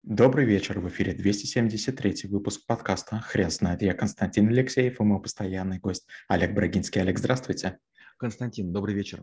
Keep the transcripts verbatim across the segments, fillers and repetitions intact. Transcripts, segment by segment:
Добрый вечер, в эфире двести семьдесят третий выпуск подкаста «Хрен знает». Я Константин Алексеев и мой постоянный гость Олег Брагинский. Олег, здравствуйте. Константин, добрый вечер.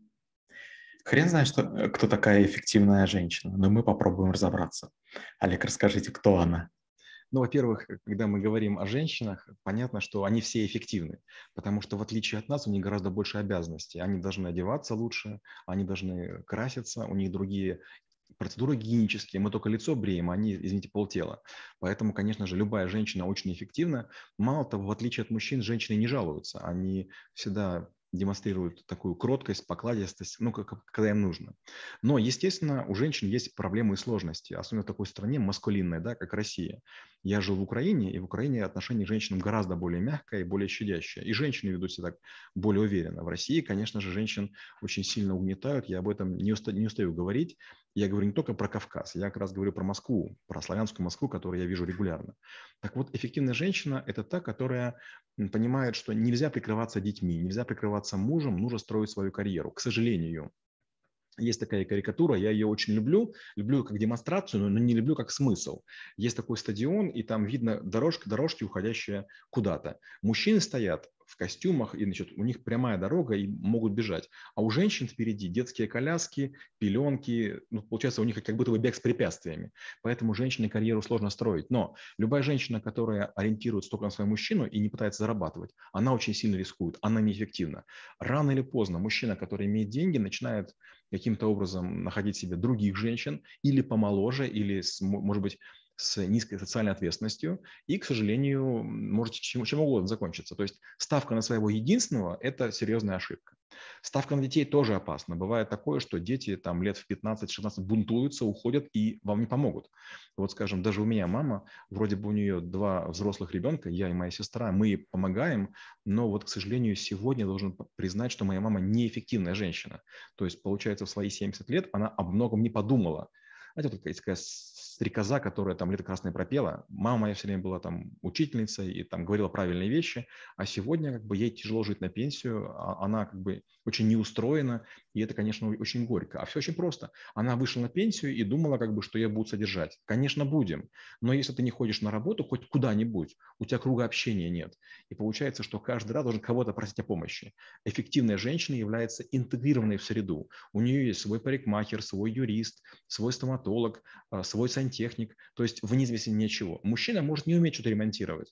Хрен знает, что, э, кто такая эффективная женщина, но мы попробуем разобраться. Олег, расскажите, кто она? Ну, во-первых, когда мы говорим о женщинах, понятно, что они все эффективны, потому что в отличие от нас у них гораздо больше обязанностей. Они должны одеваться лучше, они должны краситься, у них другие процедуры гигиенические. Мы только лицо бреем, а они, извините, полтела. Поэтому, конечно же, любая женщина очень эффективна. Мало того, в отличие от мужчин, женщины не жалуются. Они всегда демонстрируют такую кроткость, покладистость, ну, как, как- когда им нужно. Но, естественно, у женщин есть проблемы и сложности, особенно в такой стране маскулинной, да, как Россия. Я жил в Украине, и в Украине отношение к женщинам гораздо более мягкое и более щадящее. И женщины ведут себя так более уверенно. В России, конечно же, женщин очень сильно угнетают. Я об этом не, уста- не устаю говорить. Я говорю не только про Кавказ, я как раз говорю про Москву, про славянскую Москву, которую я вижу регулярно. Так вот, эффективная женщина – это та, которая м, понимает, что нельзя прикрываться детьми, нельзя прикрываться мужем, нужно строить свою карьеру. К сожалению, есть такая карикатура, я ее очень люблю, люблю как демонстрацию, но не люблю как смысл. Есть такой стадион, и там видно дорожка, дорожки, уходящие куда-то. Мужчины стоят в костюмах, и значит, у них прямая дорога, и могут бежать. А у женщин впереди детские коляски, пеленки. Ну, получается, у них как будто бы бег с препятствиями. Поэтому женщине карьеру сложно строить. Но любая женщина, которая ориентируется только на своего мужчину и не пытается зарабатывать, она очень сильно рискует, она неэффективна. Рано или поздно мужчина, который имеет деньги, начинает каким-то образом находить себе других женщин или помоложе, или, с, может быть, с низкой социальной ответственностью, и, к сожалению, может чем, чем угодно закончиться. То есть ставка на своего единственного – это серьезная ошибка. Ставка на детей тоже опасна. Бывает такое, что дети там лет в пятнадцать-шестнадцать бунтуются, уходят и вам не помогут. Вот, скажем, даже у меня мама, вроде бы у нее два взрослых ребенка, я и моя сестра, мы ей помогаем, но вот, к сожалению, сегодня я должен признать, что моя мама неэффективная женщина. То есть, получается, в свои семьдесят лет она о многом не подумала. Знаете, вот такая стрекоза, которая там лето красное пропела. Мама моя все время была там учительницей и там говорила правильные вещи, а сегодня как бы ей тяжело жить на пенсию, а она как бы очень неустроена, и это, конечно, очень горько. А все очень просто. Она вышла на пенсию и думала, как бы, что ее будут содержать. Конечно, будем. Но если ты не ходишь на работу хоть куда-нибудь, у тебя круга общения нет. И получается, что каждый раз должен кого-то просить о помощи. Эффективная женщина является интегрированной в среду. У нее есть свой парикмахер, свой юрист, свой стоматолог, а, свой сантехник. То есть вне зависимости ни от чего. Мужчина может не уметь что-то ремонтировать.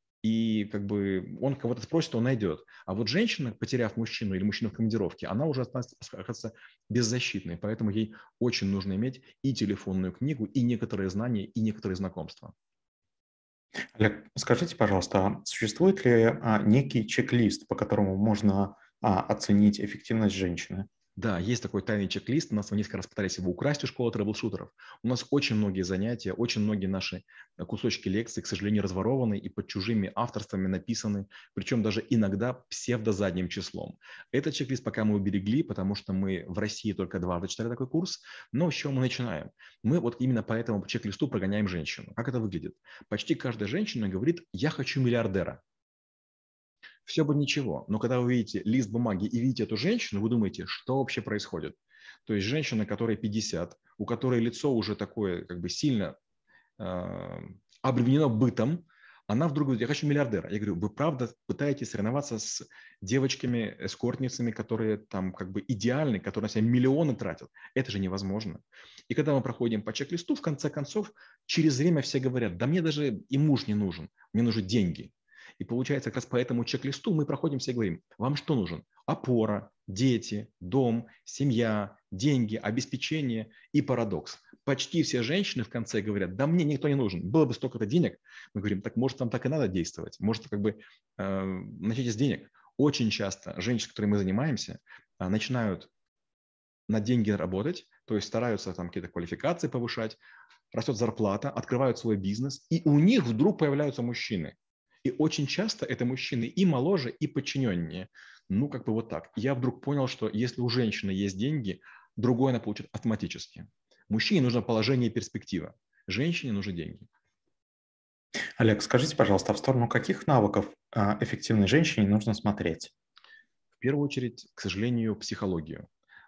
И как бы он кого-то спросит, он найдет. А вот женщина, потеряв мужчину или мужчину в командировке, она уже остается беззащитной. Поэтому ей очень нужно иметь и телефонную книгу, и некоторые знания, и некоторые знакомства. Олег, скажите, пожалуйста, а существует ли а, некий чек-лист, по которому можно а, оценить эффективность женщины? Да, есть такой тайный чек-лист. У нас его несколько раз пытались его украсть у школы трэблшутеров. У нас очень многие занятия, очень многие наши э, кусочки лекций, к сожалению, разворованы и под чужими авторствами написаны, причем даже иногда псевдозадним числом. Этот чек-лист пока мы уберегли, потому что мы в России только дважды читали такой курс. Но с чего мы начинаем? Мы вот именно по этому чек-листу прогоняем женщину. Как это выглядит? Почти каждая женщина говорит: «Я хочу миллиардера». Все бы ничего, но когда вы видите лист бумаги и видите эту женщину, вы думаете, что вообще происходит. То есть женщина, которой пятьдесят, у которой лицо уже такое как бы сильно э, обременено бытом, она вдруг говорит: я хочу миллиардера. Я говорю: вы правда пытаетесь соревноваться с девочками, эскортницами, которые там как бы идеальны, которые на себя миллионы тратят? Это же невозможно. И когда мы проходим по чек-листу, в конце концов, через время все говорят: да мне даже и муж не нужен, мне нужны деньги. И получается, как раз по этому чек-листу мы проходим все и говорим: вам что нужен? Опора, дети, дом, семья, деньги, обеспечение. И парадокс: почти все женщины в конце говорят: да мне никто не нужен, было бы столько-то денег. Мы говорим: так может вам так и надо действовать, может как бы э, начните с денег. Очень часто женщины, с которыми мы занимаемся, э, начинают на деньги работать, то есть стараются там какие-то квалификации повышать, растет зарплата, открывают свой бизнес, и у них вдруг появляются мужчины. И очень часто это мужчины и моложе, и подчиненнее. Ну, как бы вот так. Я вдруг понял, что если у женщины есть деньги, другое она получит автоматически. Мужчине нужно положение и перспектива. Женщине нужны деньги. Олег, скажите, пожалуйста, а в сторону каких навыков а, эффективной женщине нужно смотреть? В первую очередь, к сожалению, психологию.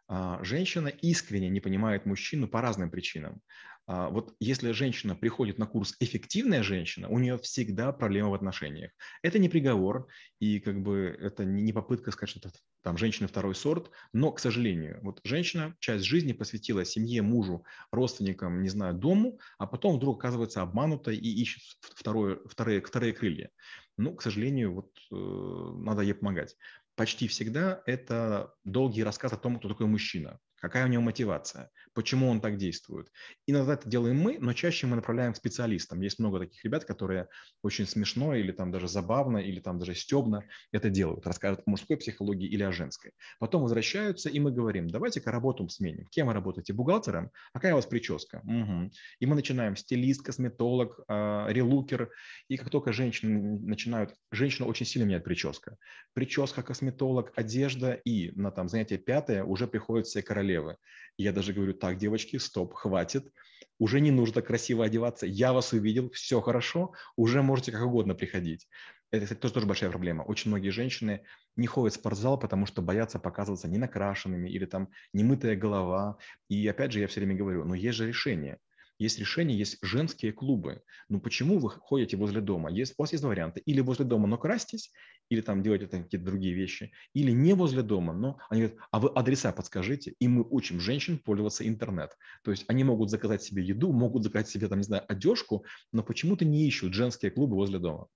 А, Женщина искренне не понимает мужчину по разным причинам. А, Вот если женщина приходит на курс «Эффективная женщина», у нее всегда проблемы в отношениях. Это не приговор, и как бы это не не попытка сказать, что это там женщина второй сорт, но, к сожалению, вот женщина часть жизни посвятила семье, мужу, родственникам, не знаю, дому, а потом вдруг оказывается обманута и ищет второе, вторые, вторые крылья. Ну, к сожалению, вот э, надо ей помогать. Почти всегда это долгий рассказ о том, кто такой мужчина, какая у него мотивация, почему он так действует. Иногда это делаем мы, но чаще мы направляем к специалистам. Есть много таких ребят, которые очень смешно или там даже забавно, или там даже стебно это делают, расскажут о мужской психологии или о женской. Потом возвращаются, и мы говорим, давайте-ка работу сменим. Кем вы работаете? Бухгалтером? А какая у вас прическа? Угу. И мы начинаем стилист, косметолог, э, релукер. И как только женщины начинают, женщина очень сильно меняет прическа. Прическа, косметолог, одежда, и на там занятие пятое уже приходят все королевы. И я даже говорю, так, девочки, стоп, хватит, уже не нужно красиво одеваться, я вас увидел, все хорошо, уже можете как угодно приходить. Это, кстати, тоже, тоже большая проблема. Очень многие женщины не ходят в спортзал, потому что боятся показываться ненакрашенными или там немытая голова. И опять же, я все время говорю, ну есть же решение. Есть решение, есть женские клубы. Ну почему вы ходите возле дома? Есть, у вас есть два варианта. Или возле дома, но красьтесь, или там делайте там какие-то другие вещи, или не возле дома, но они говорят, а вы адреса подскажите, и мы учим женщин пользоваться интернет. То есть они могут заказать себе еду, могут заказать себе, там, не знаю, одежку, но почему-то не ищут женские клубы возле дома.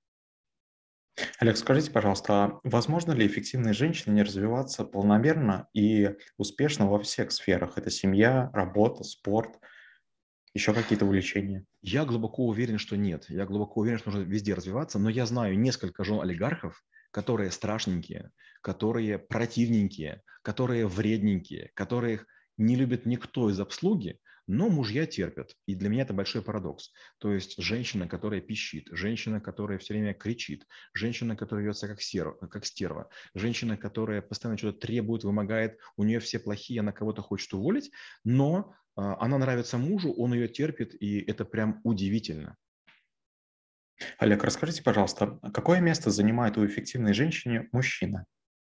Олег, скажите, пожалуйста, а возможно ли эффективной женщине развиваться полномерно и успешно во всех сферах? Это семья, работа, спорт, еще какие-то увлечения? Я глубоко уверен, что нет. Я глубоко уверен, что нужно везде развиваться, но я знаю несколько жен олигархов, которые страшненькие, которые противненькие, которые вредненькие, которых не любит никто из обслуги, но мужья терпят. И для меня это большой парадокс. То есть женщина, которая пищит, женщина, которая все время кричит, женщина, которая ведет себя как, стерва, как стерва, женщина, которая постоянно что-то требует, вымогает, у нее все плохие, она кого-то хочет уволить, но а, она нравится мужу, он ее терпит, и это прям удивительно. Олег, расскажите, пожалуйста, а какое место занимает у эффективной женщины мужчина?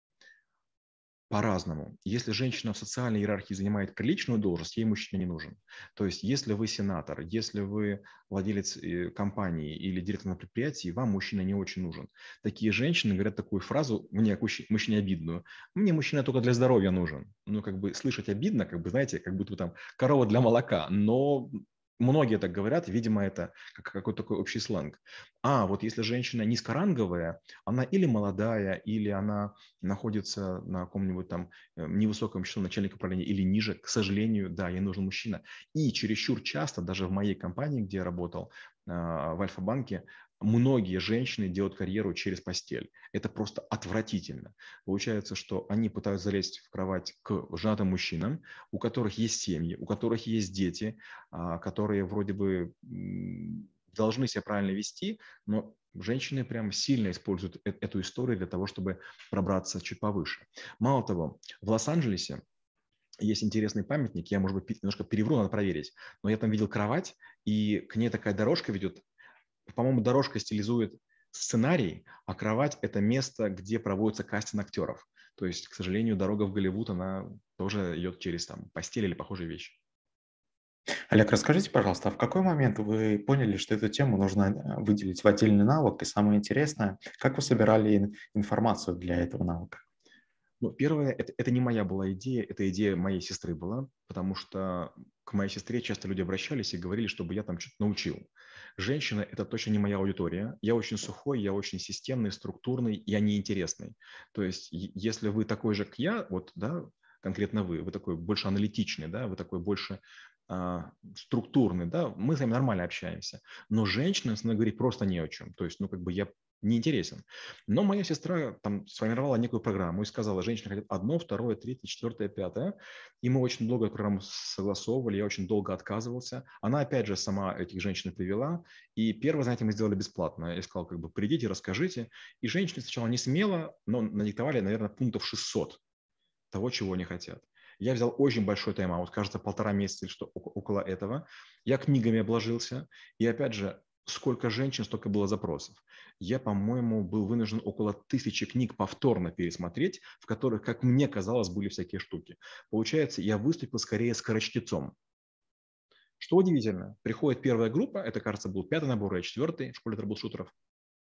По-разному. Если женщина в социальной иерархии занимает приличную должность, ей мужчина не нужен. То есть, если вы сенатор, если вы владелец э, компании или директор на предприятии, вам мужчина не очень нужен. Такие женщины говорят такую фразу, мне как мужчине, мужчине обидную, мне мужчина только для здоровья нужен. Ну, как бы слышать обидно, как бы, знаете, как будто там корова для молока, но многие так говорят, видимо, это как какой-то такой общий сленг. А вот если женщина низкоранговая, она или молодая, или она находится на каком-нибудь там э, невысоком счету начальника управления или ниже, к сожалению, да, ей нужен мужчина. И чересчур часто, даже в моей компании, где я работал, а, в Альфа-банке, многие женщины делают карьеру через постель. Это просто отвратительно. Получается, что они пытаются залезть в кровать к женатым мужчинам, у которых есть семьи, у которых есть дети, а, которые вроде бы м, должны себя правильно вести, но женщины прям сильно используют э- эту историю для того, чтобы пробраться чуть повыше. Мало того, в Лос-Анджелесе есть интересный памятник, я, может быть, немножко перевру, надо проверить, но я там видел кровать, и к ней такая дорожка ведет. По-моему, дорожка стилизует сценарий, а кровать – это место, где проводится кастинг актеров. То есть, к сожалению, дорога в Голливуд, она тоже идет через там, постель или похожие вещи. Олег, расскажите, пожалуйста, а в какой момент вы поняли, что эту тему нужно э, выделить в отдельный навык? И самое интересное, как вы собирали ин- информацию для этого навыка? Ну, первое, это, это не моя была идея, это идея моей сестры была, потому что к моей сестре часто люди обращались и говорили, чтобы я там что-то научил. Женщина– это точно не моя аудитория. Я очень сухой, я очень системный, структурный, я неинтересный. То есть, е- если вы такой же, как я, вот, да, конкретно вы, вы такой больше аналитичный, да, вы такой больше а, структурный, да, мы с вами нормально общаемся. Но женщина с мной говорить просто не о чем. То есть, ну, как бы я неинтересен. Но моя сестра там сформировала некую программу и сказала, женщина хотят одно, второе, третье, четвертое, пятое. И мы очень долго эту программу согласовывали, я очень долго отказывался. Она опять же сама этих женщин привела. И первое занятие мы сделали бесплатно. Я сказал, как бы придите, расскажите. И женщины сначала не смело, но надиктовали, наверное, пунктов шестьсот того, чего они хотят. Я взял очень большой тайм-аут, кажется, полтора месяца или что около этого. Я книгами обложился. И опять же, сколько женщин, столько было запросов. Я, по-моему, был вынужден около тысячи книг повторно пересмотреть, в которых, как мне казалось, были всякие штуки. Получается, я выступил скорее скорочтецом. Что удивительно, приходит первая группа, это, кажется, был пятый набор или четвертый в школе трэблшутеров,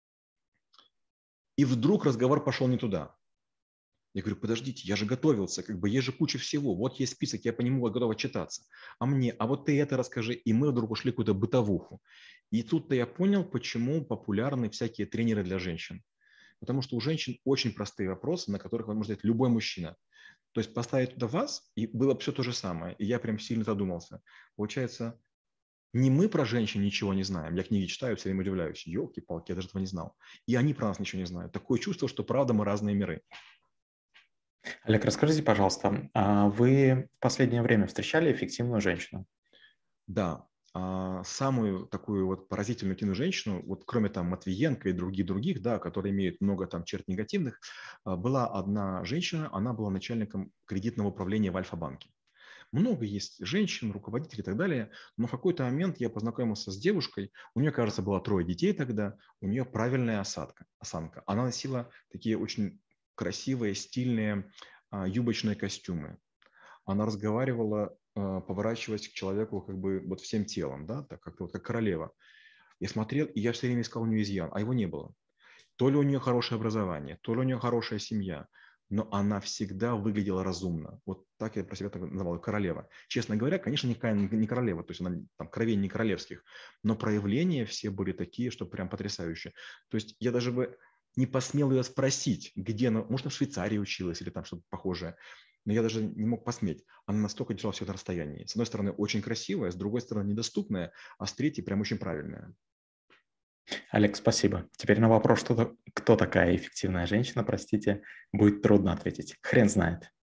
и вдруг разговор пошел не туда. Я говорю, подождите, я же готовился, как бы есть же куча всего, вот есть список, я по нему готов отчитаться. А мне, а вот ты это расскажи, и мы вдруг ушли в какую-то бытовуху. И тут-то я понял, почему популярны всякие тренеры для женщин. Потому что у женщин очень простые вопросы, на которых может ответить любой мужчина. То есть поставить туда вас, и было бы все то же самое. И я прям сильно задумался. Получается, не мы про женщин ничего не знаем. Я книги читаю, все время удивляюсь. Елки-палки, я даже этого не знал. И они про нас ничего не знают. Такое чувство, что правда мы разные миры. Олег, расскажите, пожалуйста, а вы в последнее время встречали эффективную женщину? Да, а самую такую вот поразительную эффективную женщину, вот кроме там Матвиенко и других других, да, которые имеют много там черт негативных, а, была одна женщина, она была начальником кредитного управления в Альфа-банке. Много есть женщин, руководителей и так далее, но в какой-то момент я познакомился с девушкой, у нее, кажется, было трое детей тогда, у нее правильная осадка, осанка. Она носила такие очень красивые, стильные а, юбочные костюмы. Она разговаривала, а, поворачиваясь к человеку как бы вот всем телом, да, так как, вот как королева. Я смотрел, и я все время искал у нее изъян, а его не было. То ли у нее хорошее образование, то ли у нее хорошая семья, но она всегда выглядела разумно. Вот так я про себя так называл ее королева. Честно говоря, конечно, не королева, то есть она там кровей не королевских, но проявления все были такие, что прям потрясающие. То есть я даже бы не посмел ее спросить, где она, может, она в Швейцарии училась или там что-то похожее, но я даже не мог посметь. Она настолько держала все на расстоянии. С одной стороны, очень красивая, с другой стороны, недоступная, а с третьей прям очень правильная. Олег, спасибо. Теперь на вопрос, что, кто такая эффективная женщина, простите, будет трудно ответить. Хрен знает.